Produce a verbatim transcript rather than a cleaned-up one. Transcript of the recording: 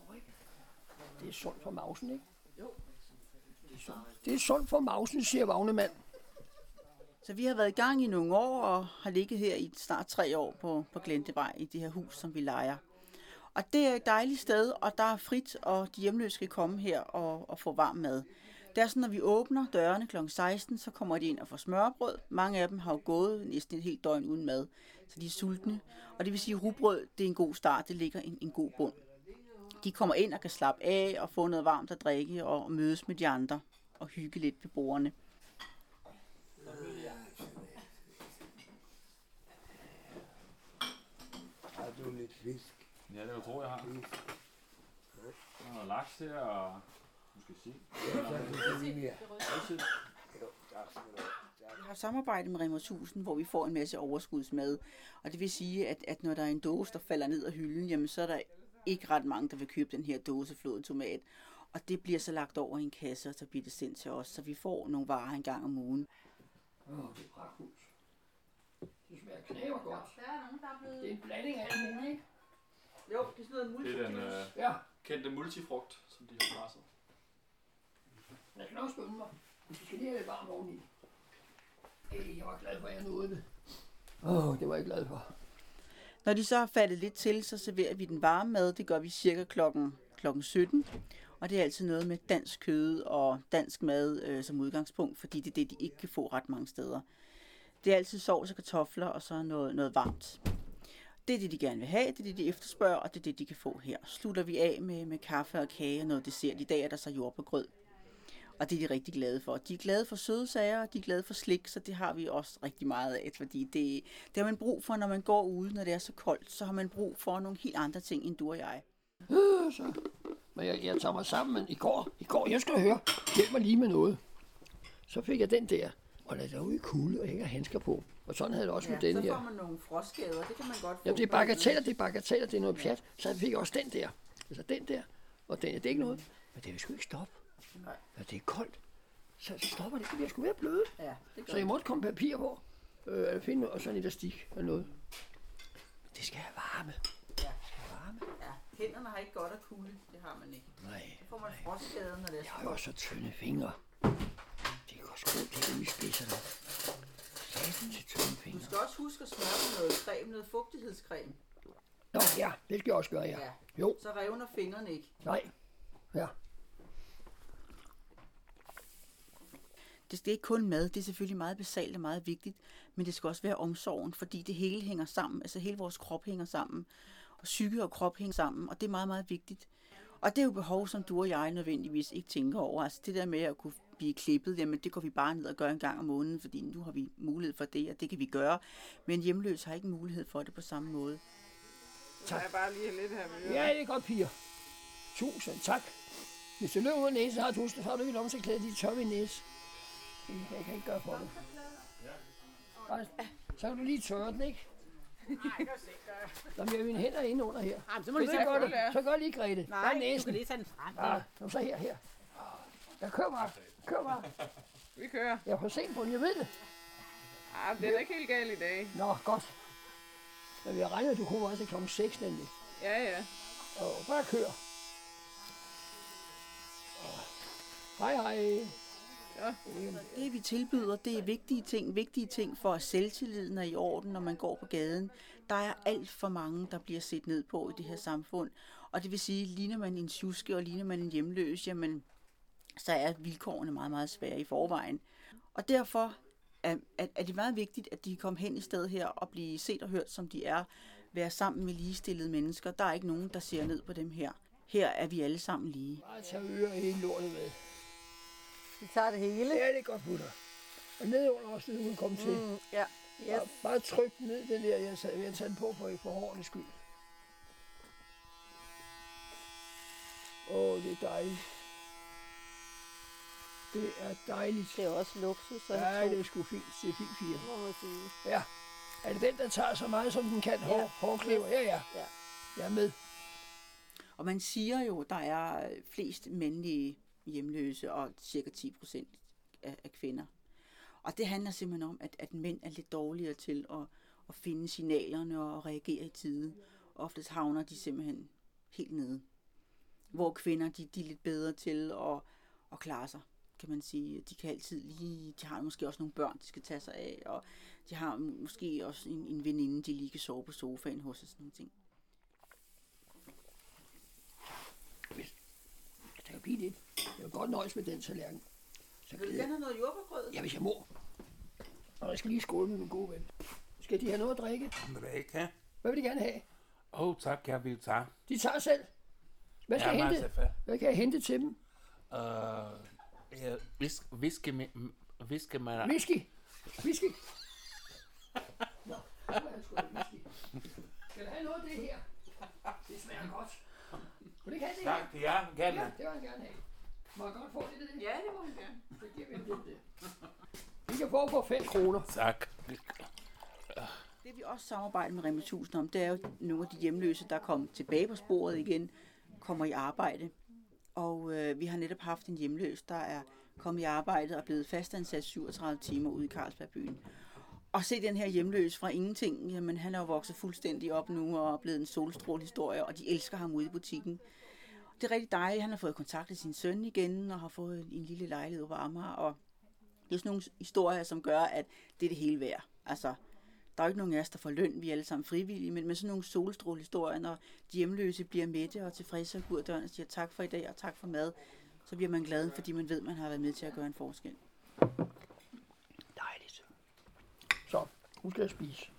Det er sundt for mausen, ikke? Jo. Det er sundt, det er sundt for mausen, siger Vagnemand. Så vi har været i gang i nogle år, og har ligget her i snart tre år på, på Glentevej i det her hus, som vi lejer. Og det er et dejligt sted, og der er frit, og de hjemløse skal komme her og, og få varm mad. Det er sådan, når vi åbner dørene klokken seksten, så kommer de ind og får smørbrød. Mange af dem har jo gået næsten et helt døgn uden mad, så de er sultne. Og det vil sige, at rugbrød, det er en god start, det ligger en, en god bund. De kommer ind og kan slappe af og få noget varmt at drikke og mødes med de andre og hygge lidt ved bordene. Har du lidt fisk? Ja, det er jo tror jeg har. Der er noget laks her, og du skal se. Vi har samarbejde med Rema tusind, hvor vi får en masse overskudsmad. Og det vil sige, at, at når der er en dåse, der falder ned af hylden, jamen så er der ikke ret mange, der vil købe den her dåse flået tomat. Og det bliver så lagt over i en kasse, og så bliver det sendt til os, så vi får nogle varer en gang om ugen. Åh, oh, det er pragtfuldt. Det smager knæver godt. Der er nogen, der er blevet... Det er en blanding af alt muligt, ikke? Jo, det er sådan noget multifrugt. Det er den øh, ja. kendte multifrugt, som de har presset. Jeg skal nok skynde mig. Vi skal lige have lidt varmt oveni. Ej, jeg var glad for, at jeg nåede det. Åh, oh, det var jeg glad for. Når de så har faldet lidt til, så serverer vi den varme mad. Det gør vi cirka klokken, klokken sytten. Og det er altid noget med dansk kød og dansk mad øh, som udgangspunkt, fordi det er det, de ikke kan få ret mange steder. Det er altid sovs og kartofler og så noget, noget varmt. Det er det, de gerne vil have, det er det, de efterspørger, og det er det, de kan få her. Slutter vi af med, med kaffe og kage og noget dessert. I dag er der så jordbærgrød. Og det er de rigtig glade for. De er glade for søde sager, og de er glade for slik, så det har vi også rigtig meget af, fordi det, det har man brug for, når man går ude, når det er så koldt, så har man brug for nogle helt andre ting, end du og jeg. Øh, så. Men jeg, jeg tager mig sammen, men i går, i går, jeg skal høre, hjælp mig lige med noget. Så fik jeg den der, og der er ude i kulde, og jeg ikke har handsker på. Og sådan havde det også ja, med den her. så får man nogle frostskader, det kan man godt få. Ja, det er bagateller, det er bagateller, det er noget pjat. Så jeg fik også den der, altså den der, og den, det er ikke noget. Men det vil sgu ikke stoppe. Nej. Ja, det er koldt. Så, så stopper det, fordi jeg skulle være bløde. Ja, det så jeg måtte komme papir på, øh, eller finde og sådan en elastik eller noget. Det skal have varme. Ja. Det skal have varme. Ja, hænderne har ikke godt at kulde, det har man ikke. Nej. Så får man frostskader, når det er så. Jeg har jo også så tynde fingre. Det går sgu, det er udspidserne. Satan til tynde fingre. Du skal også huske at smøre på noget creme, noget fugtighedscreme. Nå ja, det skal jeg også gøre, ja. Ja. Jo. Så revner fingrene ikke. Nej. Ja. Det er ikke kun mad, det er selvfølgelig meget basalt og meget vigtigt, men det skal også være omsorgen, fordi det hele hænger sammen, altså hele vores krop hænger sammen, og psyke og krop hænger sammen, og det er meget, meget vigtigt. Og det er jo behov, som du og jeg nødvendigvis ikke tænker over. Altså det der med at kunne blive klippet, jamen det går vi bare ned og gør en gang om måneden, fordi nu har vi mulighed for det, og det kan vi gøre, men hjemløs har ikke mulighed for det på samme måde. Tak. Jeg bare lige lidt her med. Ja, det er godt, piger. Tusind tak. Hvis du løber ud af næsen, har du, så har du ikke lomseklæde, de tør ved næse. Jeg kan ikke gøre for det. Så kan du lige tørre den, ikke? Nej, det kan ikke gøre. Nå, jeg har mine hænder inde under her. Jamen, så må du lige gøre det. Så gør lige, Grete. Nej, du kan lige tage den frem. Ja, nu så her, her. Jeg kører bare. Kør bare. Vi kører. Jeg er for sent på den, jeg ved det. Ja, det er da ikke helt galt i dag. Nå, godt. Men vi har regnet, at du kommer også til klokken seks, nemlig. Ja, ja. Og bare kør. Hej, hej. Ja. Det vi tilbyder, det er vigtige ting, vigtige ting for at selvtilliden er i orden, når man går på gaden. Der er alt for mange, der bliver set ned på i det her samfund. Og det vil sige, ligner man en tjuske og ligner man en hjemløs, jamen, så er vilkårene meget, meget svære i forvejen. Og derfor er, er det meget vigtigt, at de kan komme hen i stedet her og blive set og hørt, som de er. Være sammen med ligestillede mennesker. Der er ikke nogen, der ser ned på dem her. Her er vi alle sammen lige. Bare tage øre hele lortet med. Vi tager det hele. Ja, det er godt, putter. Og nedenunder også, det hun kom til. Mm, ja. Yes. Og bare tryk ned den der, jeg har taget den på for, for hårene skyld. Åh, det er dejligt. Det er dejligt. Det er også luksus. Ja, det er sgu fint. Det er fint, fire. Må man sige. Ja. Er det den, der tager så meget, som den kan? Ja. Hår, hårklæver? Ja, ja. Ja. Jeg er med. Og man siger jo, der er flest mandlige hjemløse og cirka ti procent af, af kvinder. Og det handler simpelthen om, at, at mænd er lidt dårligere til at, at finde signalerne og reagere i tide. Oftest havner de simpelthen helt nede. hvor kvinder de, de er lidt bedre til at, at klare sig, kan man sige. De kan altid lige, de har måske også nogle børn, de skal tage sig af, og de har måske også en, en veninde, de lige kan sove på sofaen hos og sådan nogle ting. Jeg kan blive lidt. Jeg vil godt nøjes med den tallerken. Så Vil du gerne have noget jordbærgrød? Ja, hvis jeg må. Og jeg skal lige skåle med min gode ven. Skal de have noget at drikke? Vil du ikke have? Hvad vil de gerne have? Åh, oh, tak, jeg vil tage. De tager selv. Hvad skal, Ja, jeg hente? Martha. Hvad kan jeg hente til dem? Øh, ja, vis, viske med, viske med, Whisky. Whisky. Nå, så er jeg sgu da whisky. Skal du have noget af det her? Det smager godt. Vil du ikke have det her? tak, det er gerne. Ja, det vil jeg gerne have. Må jeg godt få lidt af det? Ja, det må vi gerne. Så giver vi dem det. Vi kan få for fem kroner. Tak. Det vi også samarbejder med Rema tusind om, det er jo nogle af de hjemløse, der kommer tilbage på sporet igen, kommer i arbejde. Og øh, vi har netop haft en hjemløs, der er kommet i arbejde og blevet fastansat syvogtredive timer ude i Carlsbergbyen. Og se den her hjemløs fra ingenting, jamen han er jo vokset fuldstændig op nu og er blevet en solstrålehistorie, og de elsker ham ude i butikken. Det er rigtig dejligt, han har fået kontakt med sin søn igen og har fået en, en lille lejlighed på Amager, og det er sådan nogle historier, som gør, at det er det hele værd. Altså, der er jo ikke nogen af os, der får løn, vi er alle sammen frivillige, men med sådan nogle solstrålehistorier, når de hjemløse bliver mætte og tilfredse og går ud af døren og siger tak for i dag og tak for mad, så bliver man glad, fordi man ved, at man har været med til at gøre en forskel. Dejligt. Så, nu skal jeg spise.